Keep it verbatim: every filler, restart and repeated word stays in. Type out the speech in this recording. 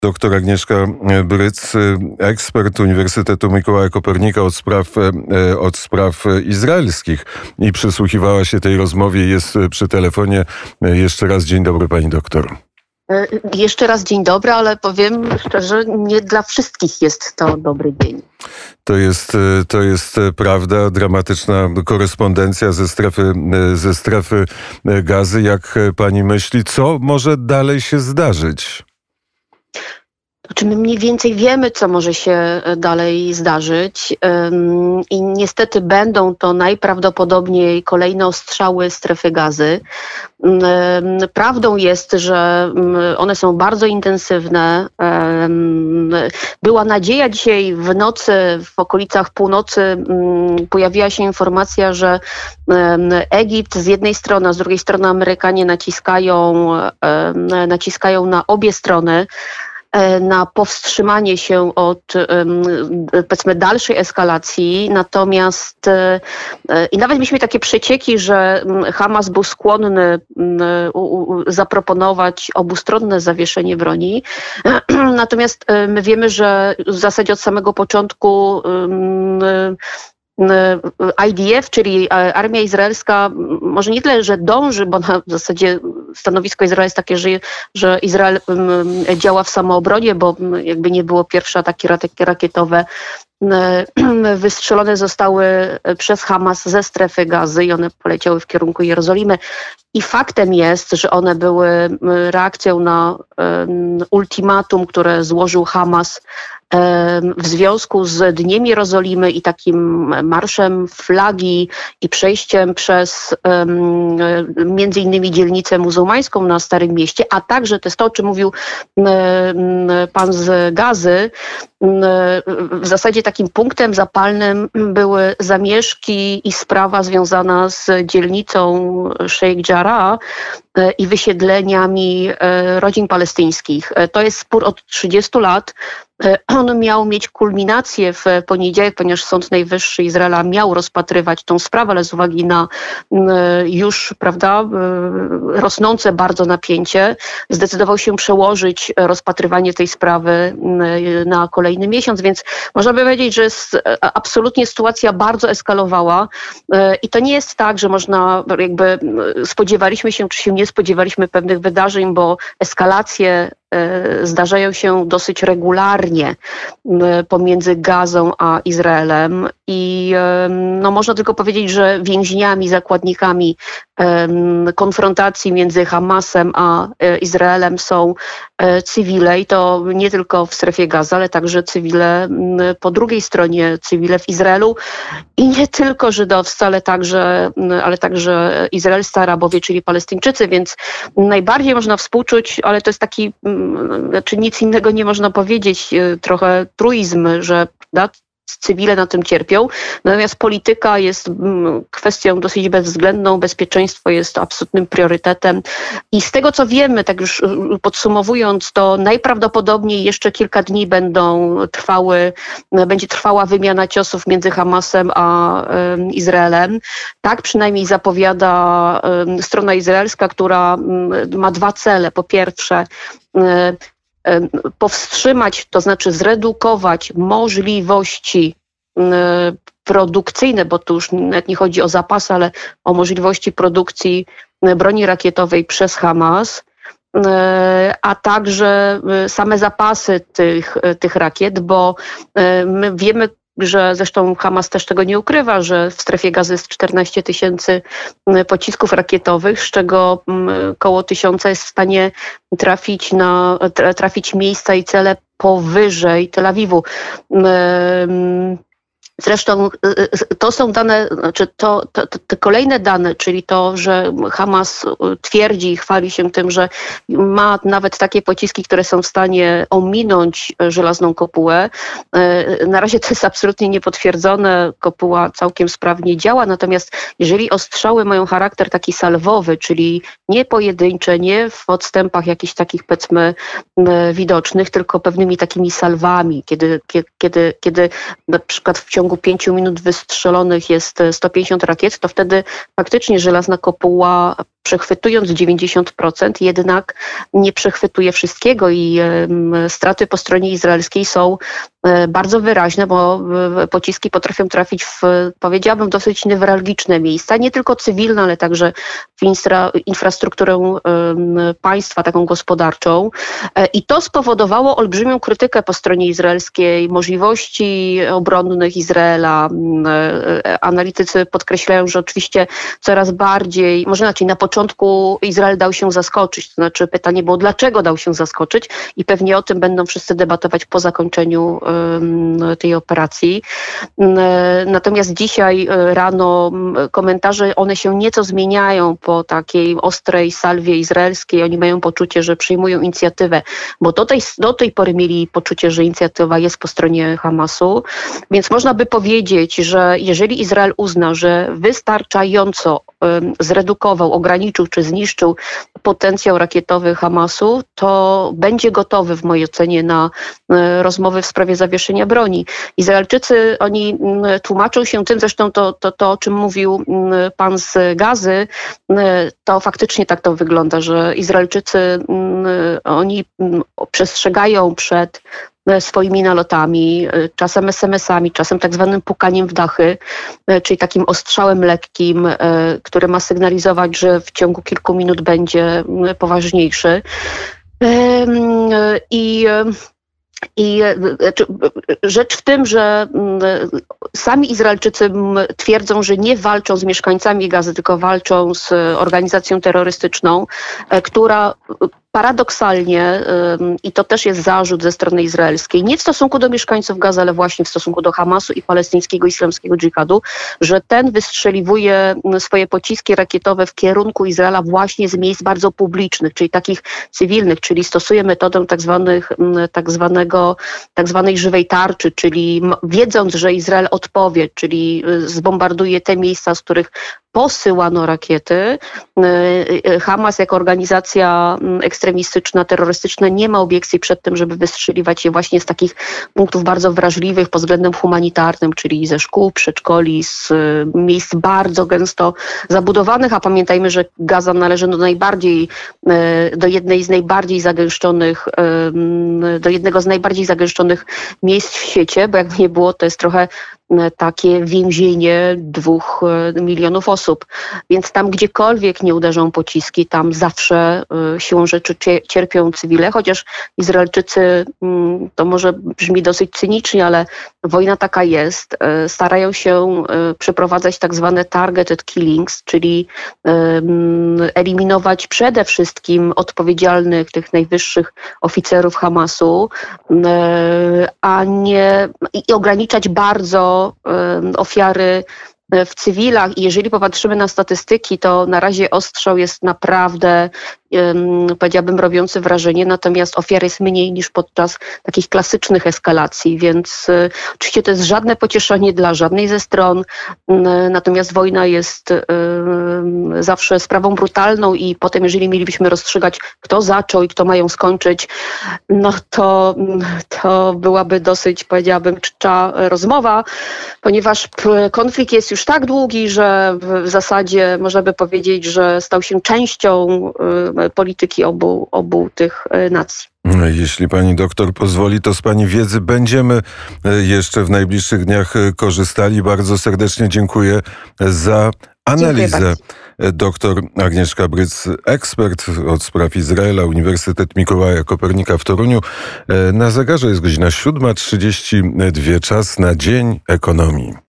Doktor Agnieszka Bryc, ekspert Uniwersytetu Mikołaja Kopernika od spraw, od spraw izraelskich i przysłuchiwała się tej rozmowie, jest przy telefonie. Jeszcze raz dzień dobry, pani doktor. Jeszcze raz dzień dobry, ale powiem szczerze, nie dla wszystkich jest to dobry dzień. To jest, to jest prawda, dramatyczna korespondencja ze strefy, ze strefy Gazy. Jak pani myśli, co może dalej się zdarzyć? Czy my mniej więcej wiemy, co może się dalej zdarzyć i niestety będą to najprawdopodobniej kolejne ostrzały strefy Gazy. Prawdą jest, że one są bardzo intensywne. Była nadzieja dzisiaj w nocy, w okolicach północy pojawiła się informacja, że Egipt z jednej strony, a z drugiej strony Amerykanie naciskają, naciskają na obie strony na powstrzymanie się od, powiedzmy, dalszej eskalacji. Natomiast i nawet mieliśmy takie przecieki, że Hamas był skłonny zaproponować obustronne zawieszenie broni. Natomiast my wiemy, że w zasadzie od samego początku I D F, czyli armia izraelska, może nie tyle, że dąży, bo na w zasadzie stanowisko Izraela jest takie, że, że Izrael działa w samoobronie, bo jakby nie było, pierwsze ataki rakietowe wystrzelone zostały przez Hamas ze strefy Gazy i one poleciały w kierunku Jerozolimy. I faktem jest, że one były reakcją na ultimatum, które złożył Hamas w związku z Dniem Jerozolimy i takim marszem flagi i przejściem przez między innymi dzielnicę muzułmańską na Starym Mieście, a także to jest to, o czym mówił pan z Gazy. W zasadzie takim punktem zapalnym były zamieszki i sprawa związana z dzielnicą Sheikh Jarrah i wysiedleniami rodzin palestyńskich. To jest spór od trzydziestu lat. On miał mieć kulminację w poniedziałek, ponieważ Sąd Najwyższy Izraela miał rozpatrywać tą sprawę, ale z uwagi na już, prawda, rosnące bardzo napięcie, zdecydował się przełożyć rozpatrywanie tej sprawy na kolejny miesiąc, więc można by powiedzieć, że jest absolutnie sytuacja bardzo eskalowała i to nie jest tak, że można jakby spodziewaliśmy się, czy się nie spodziewaliśmy pewnych wydarzeń, bo eskalacje zdarzają się dosyć regularnie pomiędzy Gazą a Izraelem i no, można tylko powiedzieć, że więźniami, zakładnikami konfrontacji między Hamasem a Izraelem są cywile i to nie tylko w strefie Gazy, ale także cywile po drugiej stronie, cywile w Izraelu i nie tylko żydowscy, ale także, ale także izraelscy Arabowie, czyli Palestyńczycy, więc najbardziej można współczuć, ale to jest taki, znaczy nic innego nie można powiedzieć, trochę truizm, że da, cywile na tym cierpią. Natomiast polityka jest kwestią dosyć bezwzględną, bezpieczeństwo jest absolutnym priorytetem. I z tego, co wiemy, tak już podsumowując, to najprawdopodobniej jeszcze kilka dni będą trwały, będzie trwała wymiana ciosów między Hamasem a Izraelem. Tak przynajmniej zapowiada strona izraelska, która ma dwa cele. Po pierwsze, powstrzymać, to znaczy zredukować możliwości produkcyjne, bo tu już nawet nie chodzi o zapasy, ale o możliwości produkcji broni rakietowej przez Hamas, a także same zapasy tych, tych rakiet, bo my wiemy, że zresztą Hamas też tego nie ukrywa, że w strefie Gazy jest czternaście tysięcy pocisków rakietowych, z czego koło tysiąca jest w stanie trafić na trafić miejsca i cele powyżej Tel Awiwu. Zresztą to są dane, znaczy to, to, to, te kolejne dane, czyli to, że Hamas twierdzi i chwali się tym, że ma nawet takie pociski, które są w stanie ominąć żelazną kopułę. Na razie to jest absolutnie niepotwierdzone, kopuła całkiem sprawnie działa, natomiast jeżeli ostrzały mają charakter taki salwowy, czyli nie pojedyncze, nie w odstępach jakichś takich, powiedzmy, widocznych, tylko pewnymi takimi salwami, kiedy, kiedy, kiedy na przykład w ciągu pięciu minut wystrzelonych jest sto pięćdziesiąt rakiet, to wtedy faktycznie żelazna kopuła przechwytując dziewięćdziesiąt procent, jednak nie przechwytuje wszystkiego i straty po stronie izraelskiej są bardzo wyraźne, bo pociski potrafią trafić w, powiedziałabym, dosyć newralgiczne miejsca, nie tylko cywilne, ale także w infra, infrastrukturę państwa, taką gospodarczą. I to spowodowało olbrzymią krytykę po stronie izraelskiej, możliwości obronnych Izraela. Analitycy podkreślają, że oczywiście coraz bardziej, może inaczej, na początku Izrael dał się zaskoczyć, to znaczy pytanie było, dlaczego dał się zaskoczyć i pewnie o tym będą wszyscy debatować po zakończeniu tej operacji. Natomiast dzisiaj rano komentarze, one się nieco zmieniają po takiej ostrej salwie izraelskiej. Oni mają poczucie, że przyjmują inicjatywę, bo do tej, do tej pory mieli poczucie, że inicjatywa jest po stronie Hamasu. Więc można by powiedzieć, że jeżeli Izrael uzna, że wystarczająco zredukował, ograniczył czy zniszczył potencjał rakietowy Hamasu, to będzie gotowy w mojej ocenie na rozmowy w sprawie zawieszenia broni. Izraelczycy, oni tłumaczą się tym, zresztą to, to, to o czym mówił pan z Gazy, to faktycznie tak to wygląda, że Izraelczycy, oni przestrzegają przed swoimi nalotami, czasem es em esami, czasem tak zwanym pukaniem w dachy, czyli takim ostrzałem lekkim, który ma sygnalizować, że w ciągu kilku minut będzie poważniejszy. I I rzecz w tym, że sami Izraelczycy twierdzą, że nie walczą z mieszkańcami Gazy, tylko walczą z organizacją terrorystyczną, która paradoksalnie, i to też jest zarzut ze strony izraelskiej, nie w stosunku do mieszkańców Gazy, ale właśnie w stosunku do Hamasu i palestyńskiego islamskiego dżihadu, że ten wystrzeliwuje swoje pociski rakietowe w kierunku Izraela właśnie z miejsc bardzo publicznych, czyli takich cywilnych, czyli stosuje metodę tak zwanych, tak zwanego, tak zwanej żywej tarczy, czyli wiedząc, że Izrael odpowie, czyli zbombarduje te miejsca, z których posyłano rakiety. Hamas jako organizacja ekstremistyczna, terrorystyczna nie ma obiekcji przed tym, żeby wystrzeliwać je właśnie z takich punktów bardzo wrażliwych pod względem humanitarnym, czyli ze szkół, przedszkoli, z miejsc bardzo gęsto zabudowanych, a pamiętajmy, że Gaza należy do najbardziej, do jednej z najbardziej zagęszczonych, do jednego z najbardziej zagęszczonych miejsc w świecie, bo jakby nie było, to jest trochę takie więzienie dwóch milionów osób. Więc tam gdziekolwiek nie uderzą pociski, tam zawsze siłą rzeczy cierpią cywile, chociaż Izraelczycy, to może brzmi dosyć cynicznie, ale wojna taka jest, starają się przeprowadzać tak zwane targeted killings, czyli eliminować przede wszystkim odpowiedzialnych, tych najwyższych oficerów Hamasu, a nie i ograniczać bardzo ofiary w cywilach. I jeżeli popatrzymy na statystyki, to na razie ostrzał jest naprawdę, powiedziałabym, robiący wrażenie, natomiast ofiar jest mniej niż podczas takich klasycznych eskalacji, więc oczywiście to jest żadne pocieszenie dla żadnej ze stron, natomiast wojna jest zawsze sprawą brutalną i potem, jeżeli mielibyśmy rozstrzygać, kto zaczął i kto ma ją skończyć, no to, to byłaby dosyć, powiedziałabym, czcza rozmowa, ponieważ konflikt jest już tak długi, że w zasadzie można by powiedzieć, że stał się częścią polityki obu, obu tych nacji. Jeśli pani doktor pozwoli, to z pani wiedzy będziemy jeszcze w najbliższych dniach korzystali. Bardzo serdecznie dziękuję za analizę. Doktor Agnieszka Bryc, ekspert od spraw Izraela, Uniwersytet Mikołaja Kopernika w Toruniu. Na zegarze jest godzina siódma trzydzieści dwa, czas na Dzień Ekonomii.